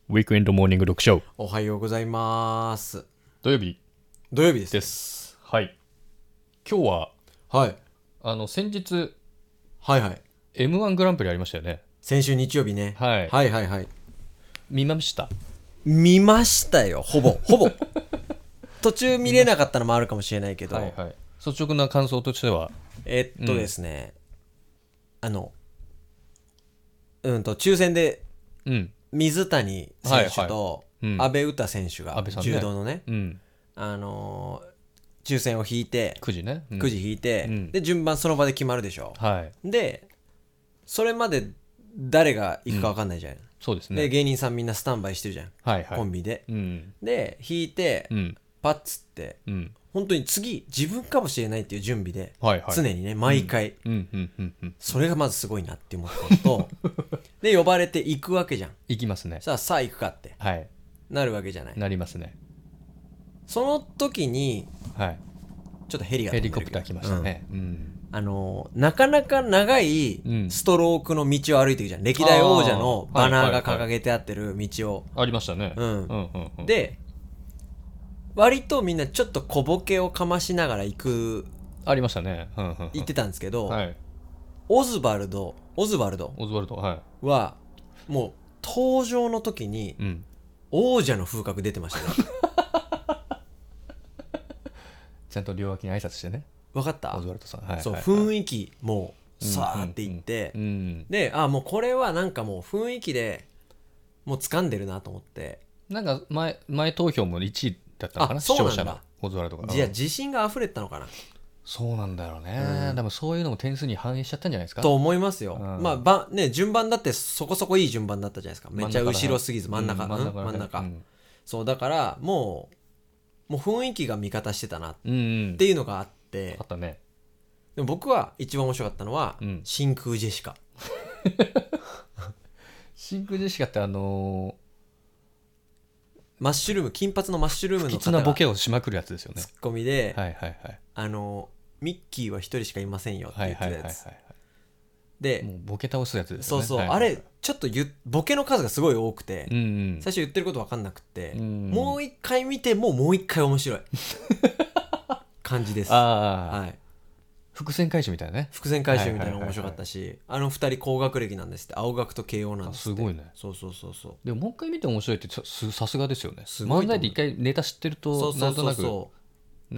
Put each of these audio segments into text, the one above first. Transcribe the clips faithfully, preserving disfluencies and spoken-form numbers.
ウィークエンドモーニング読書。 おはようございます。 土曜日土曜日です。 です。はい。今日は、 はい。 あの、先日、 はいはい。 エムワン グランプリありましたよね。 先週日曜日ね。 はい。 はいはいはい。 見ました。 見ましたよ。ほぼ。ほぼ。途中見れなかったのもあるかもしれないけど。 はいはい。率直な感想としては。 えっとですね。うん、あの、うんと、抽選で、 うん。 水谷選手と阿部詩選手が、 ね、 柔道のね、 うん、 あのー、抽選を引いて、 くじね。 うん、くじ引いて、うん、で、順番その場で決まるでしょ。 はい。 で、それまで誰が行くか分かんないじゃん。うん、 そうですね。 で、芸人さんみんなスタンバイしてるじゃん。 はいはい。 コンビで。 うん、で、 引いて、うん、パッツって、うん、本当に次、自分かもしれないっていう準備で、はいはい、常にね、毎回、それがまずすごいなって思ったのと、で、呼ばれて行くわけじゃん。 行きますね。 さあ、さあ行くかって、はい、なるわけじゃない。 なりますね。 その時に、はい、ちょっとヘリが飛んでる。 ヘリコプター来ましたね。うんうんあのなかなか長いストロークの道を歩いていくじゃん、うん、歴代王者のバナーが掲げてあってる道を、 ありましたね、 うんうんうんうん、で割とみんなちょっと小ボケをかましながら行くありましたね、 うんうんうん、行ってたんですけど、はい、オズバルドオズバルドオズバルド、はい、 はもう登場の時に、うん、王者の風格出てましたねちゃんと両脇に挨拶してね。 分かった？ オズワルドさん、はいはいはい、 そう、雰囲気もうさーっていって、うんうんうん、で、あ、もうこれはなんかもう雰囲気でもう掴んでるなと思って、 なんか 前, 前投票もいちいだったのかな、視聴者のオズワルドが。 じゃあ自信が溢れてたのかな。 そうなんだろうね、うん、でもそういうのも点数に反映しちゃったんじゃないですかと思いますよ、うん、まあばね、順番だってそこそこいい順番だったじゃないですか。めっちゃ後ろすぎず真ん中、うん、真ん中、うん、真ん中、うん、そうだからもうもう雰囲気が味方してたなっていうのがあって、うんうん、 あったね。 でも僕は一番面白かったのは、うん、真空ジェシカ真空ジェシカってあのー、マッシュルーム、金髪のマッシュルームの方が不吉なボケをしまくるやつですよね。 ツッコミで、 はいはいはい、 あのミッキーは一人しかいませんよって言ってたやつ、はいはいはいはい、でもうボケ倒すやつですよね。 そうそう、はいはいはい、あれちょっとゆボケの数がすごい多くて、うんうん、最初言ってること分かんなくて、うんうん、もう一回見てももう一回面白い感じです。 あ、はい、伏線回収みたいなね。 伏線回収みたいなの面白かったし、はいはいはいはい、あの二人高学歴なんですって。青学と慶応なんですって。 すごいね。 そうそうそうそう。 でももう一回見て面白いってさすがですよね。漫才で一回ネタ知ってるとなんとなく、そうそうそうそう、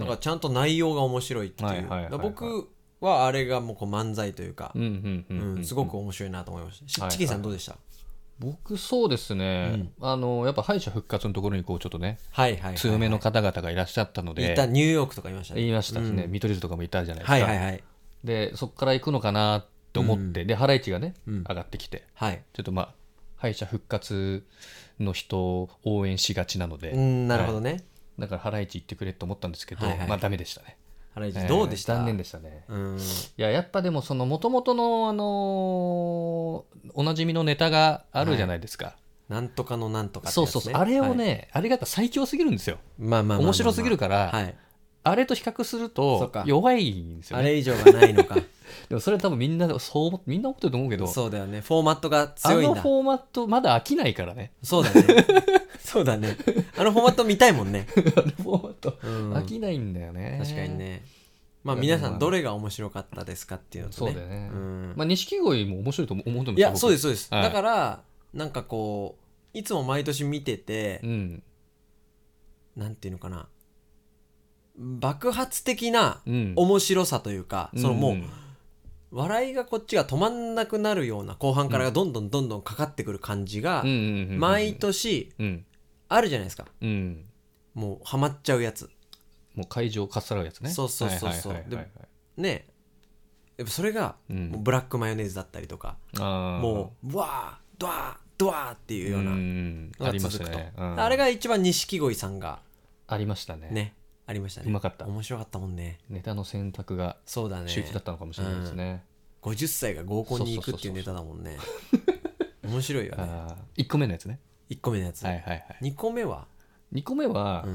ね、なんかちゃんと内容が面白いっていう、はいはいはいはい、僕はあれがもうこう漫才というか、すごく面白いなと思いました。はいはい、チキンさんどうでした？ 僕そうですね、うん、あのやっぱ敗者復活のところにこうちょっとね、はいはいはいはい、強めの方々がいらっしゃったので、 いたニューヨークとかいましたね。 言いましたしね、うん、見取り図とかもいたじゃないですか。 はいはいはい、 でそこから行くのかなと思って、うん、でハライチがね、うん、上がってきて、はい、ちょっとまあ敗者復活の人を応援しがちなので、 うん、なるほどね、はい、 だからハライチ行ってくれと思ったんですけど、はいはい、まあダメでしたね。 ハライチどうでした？ えー、残念でしたね。うん、いややっぱでもその元々のあのー、おなじみのネタがあるじゃないですか、はい、 なんとかのなんとかってやつね。 そうそうそう、あれをね、はい、あれがやっぱ最強すぎるんですよ。まあまあまあまあまあ、面白すぎるから、はい、あれと比較すると弱いんですよね。 あれ以上がないのかでもそれ多分みんなそうみんな思ってると思うけど、 そうだよね、フォーマットが強いんだ。 あのフォーマットまだ飽きないからね。 そうだねそうだね、あのフォーマット見たいもんねあのフォーマット、うん、飽きないんだよね。 確かにね。まあ皆さんどれが面白かったですかっていうのとね。 そうだよね、うん、まあ錦鯉も面白いと思うんですよ。 いやそうですそうです、はい、だからなんかこういつも毎年見てて、うん、なんていうのかな、爆発的な面白さというか、うん、そのもう、うん、笑いがこっちが止まんなくなるような後半からどんどんどんどんかかってくる感じが毎年あるじゃないですか、うん、もうハマっちゃうやつ、 もう会場をかっさらうやつね。 そうそうそうそう、でね、やっぱそれがもうブラックマヨネーズだったりとか、うん、もうわードワードワーっていうようなのが続くと、うん、あれが一番錦鯉さんがありましたね。 ね、ありましたね。 うまかった。 面白かったもんね。 ネタの選択が秀逸だったのかもしれないですね。 ごじゅっさいが合コンに行くっていうネタだもんね。面白いよね。 いっこめのやつね。 いっこめのやつ、はいはいはい、にこめはにこめは、うん、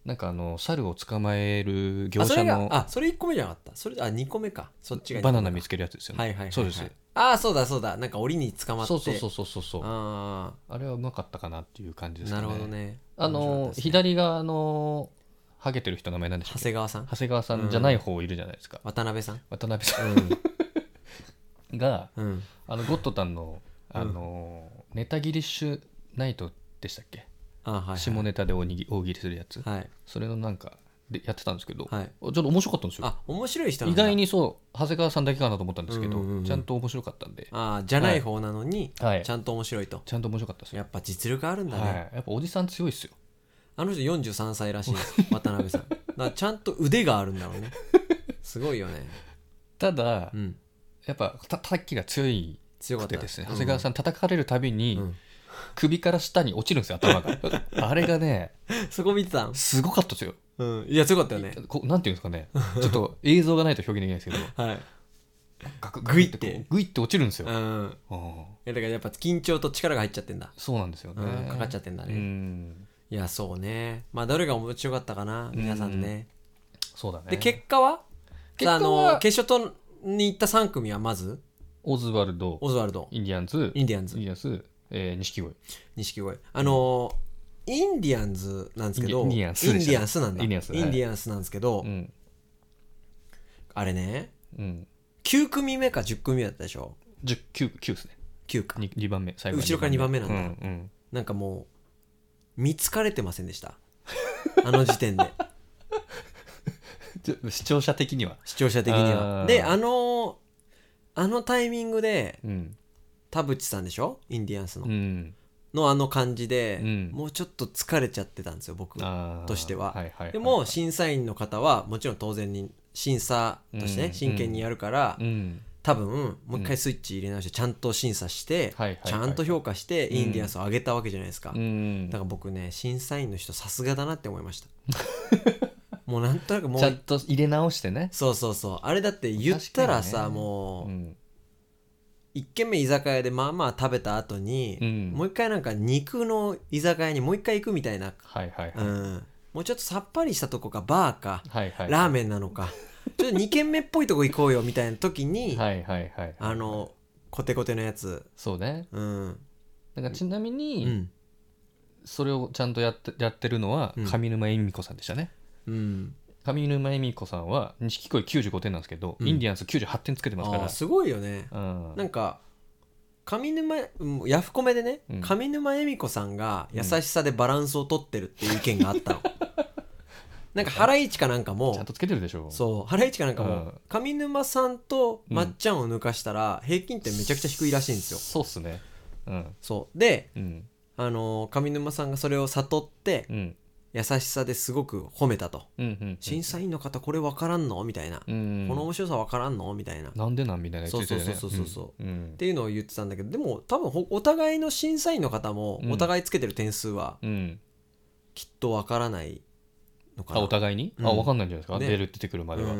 なんかあの猿を捕まえる業あそれが者のあそれいっこめじゃなかったそれあにこめかそっちがバナナ見つけるやつですよね。 はいはいはいはいそうです。 ああそうだそうだなんか檻に捕まってそうそうそうそうそうそう。 ああれはうまかったかなっていう感じですあかね。 なるほどねあの、 ね、 左側のハゲてる人の名前なんでしたっけ？ 長谷川さん長谷川さんじゃない方いるじゃないですか。 渡辺さん渡辺さん、うん、が、うん、あのゴッドタンのあの、うん、ネタギリッシュナイトでしたっけ？あ、はいはい、下ネタで大喜利するやつ、はい、それのなんかでやってたんですけど、はい、ちょっと面白かったんですよ。 あ面白い人なんだ。意外にそう長谷川さんだけかなと思ったんですけど、うんうんうん、ちゃんと面白かったんで。 あじゃない方なのに、はい、ちゃんと面白いと。 ちゃんと面白かったですよ。 やっぱ実力あるんだね、はい、 やっぱおじさん強いっすよ。 あの人よんじゅうさんさいらしいんです渡辺さん。だからちゃんと腕があるんだろうね。すごいよね。 ただ、うん、やっぱた叩きが強いくてですね、長谷川さん叩かれるたびに、うん、首から下に落ちるんですよ頭が。あれがねそこ見てたんすごかったですよ。 うん、いや強かったよね。 こなんていうんですかねちょっと映像がないと表現できないですけど、はい、ガクグイってグイって落ちるんですよ。うん、 いやだからやっぱ緊張と力が入っちゃってんだ。 そうなんですよね、 うん、かかっちゃってんだね。うんいやそうねまあどれが面白かったかな皆さんね。 そうだね。 で結果は結果はあの決勝に行ったさん組はまずオズワルドオズワルドインディアンズインディアンズインディアンズ、えー、錦鯉錦鯉あのー、インディアンズなんですけどインディアンス、ね、 インディアンスなんだインディアンス、 はい、 インディアンスなんですけど、うん、あれね、うん、きゅう組目かじゅっ組目だったでしょ。 じゅうきゅう、きゅうですね。 きゅうか 2, 2番目最後後ろからにばんめなんだ、うんうん、なんかもう見つかれてませんでしたあの時点で視聴者的には視聴者的にはであのあのタイミングで、うん、田淵さんでしょインディアンスの、うん、のあの感じで、うん、もうちょっと疲れちゃってたんですよ僕としては、はいはいはいはい、でも審査員の方はもちろん当然に審査としてね、うん、真剣にやるから、うん多分もう一回スイッチ入れ直してちゃんと審査して、うん、ちゃんと評価してインディアンスを上げたわけじゃないですか、うん、だから僕ね審査員の人さすがだなって思いましたもうなんとなくもうちゃんと入れ直してね。 そうそうそうあれだって言ったらさ、ね、もう、うん、いっ軒目居酒屋でまあまあ食べた後に、うん、もう一回なんか肉の居酒屋にもう一回行くみたいな、はいはいはいうん、もうちょっとさっぱりしたとこかバーか、はいはいはい、ラーメンなのかちょっとに軒目っぽいとこ行こうよみたいな時にはいはいはい、はい、あのコテコテのやつそうね、うん、だからちなみに、うん、それをちゃんとやって、やってるのは上沼恵美子さんでしたね、うん、上沼恵美子さんは錦鯉きゅうじゅうごてんなんですけど、うん、インディアンスきゅうじゅうはちてんつけてますから。 あすごいよね、うん、なんか上沼ヤフコメでね、うん、上沼恵美子さんが優しさでバランスを取ってるっていう意見があったの、うんなんかハライチかなんかもちゃんとつけてるでしょ。 そうハライチかなんかも上沼さんとまっちゃんを抜かしたら平均点めちゃくちゃ低いらしいんですよ、うん、 そうっすね、うん、 そうで、うん、あの上沼さんがそれを悟って、うん、優しさですごく褒めたと、うんうんうん、審査員の方これ分からんのみたいな、うんうん、この面白さ分からんのみたいななんでなんみたいな言ってたよね。そうそうそうそう、うん、っていうのを言ってたんだけどでも多分お互いの審査員の方もお互いつけてる点数はきっと分からないのかな。 あお互いに、うん、あ分かんないんじゃないですか、ね、出る出てくるまでは、うんうん、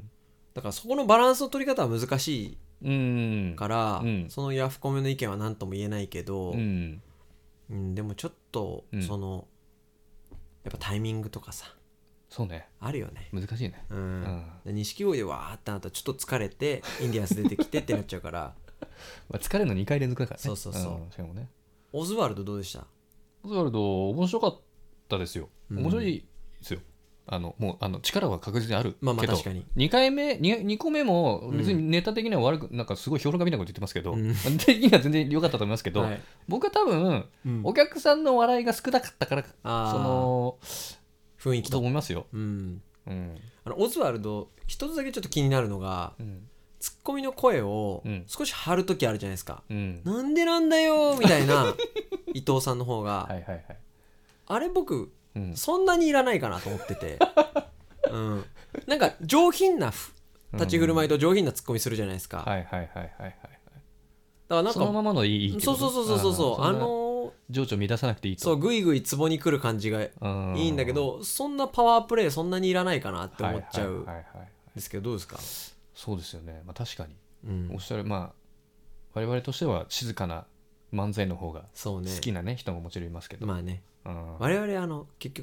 だからそこのバランスの取り方は難しいから、うん、そのヤフコメの意見は何とも言えないけど、うんうん、でもちょっとその、うん、やっぱタイミングとかさそうねあるよね難しいね錦鯉、うん、でわーってなったらちょっと疲れてインディアンス出てきてってなっちゃうからまあ疲れるのにかい連続だからね。 そうそうそう、うん、 しかもね。 オズワルドどうでした？ オズワルド面白かったですよ。面白いですよ、うん、あのもうあの力は確実にあるけど、まあまあ確かににかいめ 2, にこめも別にネタ的には悪く、うん、なんかすごい評論家みたいなこと言ってますけど、うん、ネタ的には全然良かったと思いますけど、はい、僕は多分、うん、お客さんの笑いが少なかったからその雰囲気と思いますよ、 うんうん、あのオズワルド一つだけちょっと気になるのが、うん、ツッコミの声を少し張るときあるじゃないですか、うん、なんでなんだよみたいな伊藤さんの方がはいはい、はい、あれ僕うん、そんなにいらないかなと思ってて、うん、なんか上品な立ち振る舞いと上品なツッコミするじゃないですか、うん、はいはいはいはいはい。だからなんかそのままのいいそうそうそうそうそうあの情緒乱さなくていいとそうグイグイツボに来る感じがいいんだけどそんなパワープレイそんなにいらないかなって思っちゃうんですけどどうですか？ そうですよね、まあ、確かに、うん、おっしゃるまあ我々としては静かな漫才の方が好きな、ねね、人ももちろんいますけどまあね、うん、我々あの結局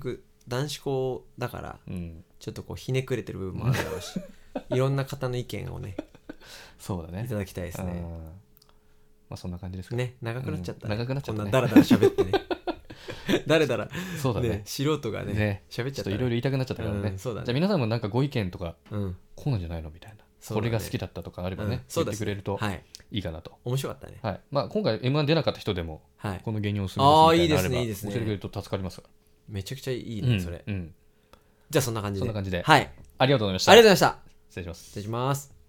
男子校だから、うん、ちょっとこうひねくれてる部分もあるだろうしいろんな方の意見をねそうだねいただきたいですね。 まあそんな感じですかね。長くなっちゃったね、 うん、長くなっちゃったね、 こんなダラダラ喋ってねだらだらそうだね、 ね、素人がねね喋っちゃった、ね、ちょっといろいろ言いたくなっちゃったからね、うん、そうだね。じゃあ皆さんもなんかご意見とか、うん、こうなんじゃないのみたいな、これが好きだったとかあればね、うん、言ってくれるといいかなと、はい、 面白かったね、 はい。まあ、今回 エムワン 出なかった人でも、はい、この芸人をするみたいなのあれば教えてくれると助かりますから。 めちゃくちゃいいね、うん、それ、うん、じゃあそんな感じでそんな感じで、 はい、 ありがとうございました。 ありがとうございました。 失礼します。 失礼します。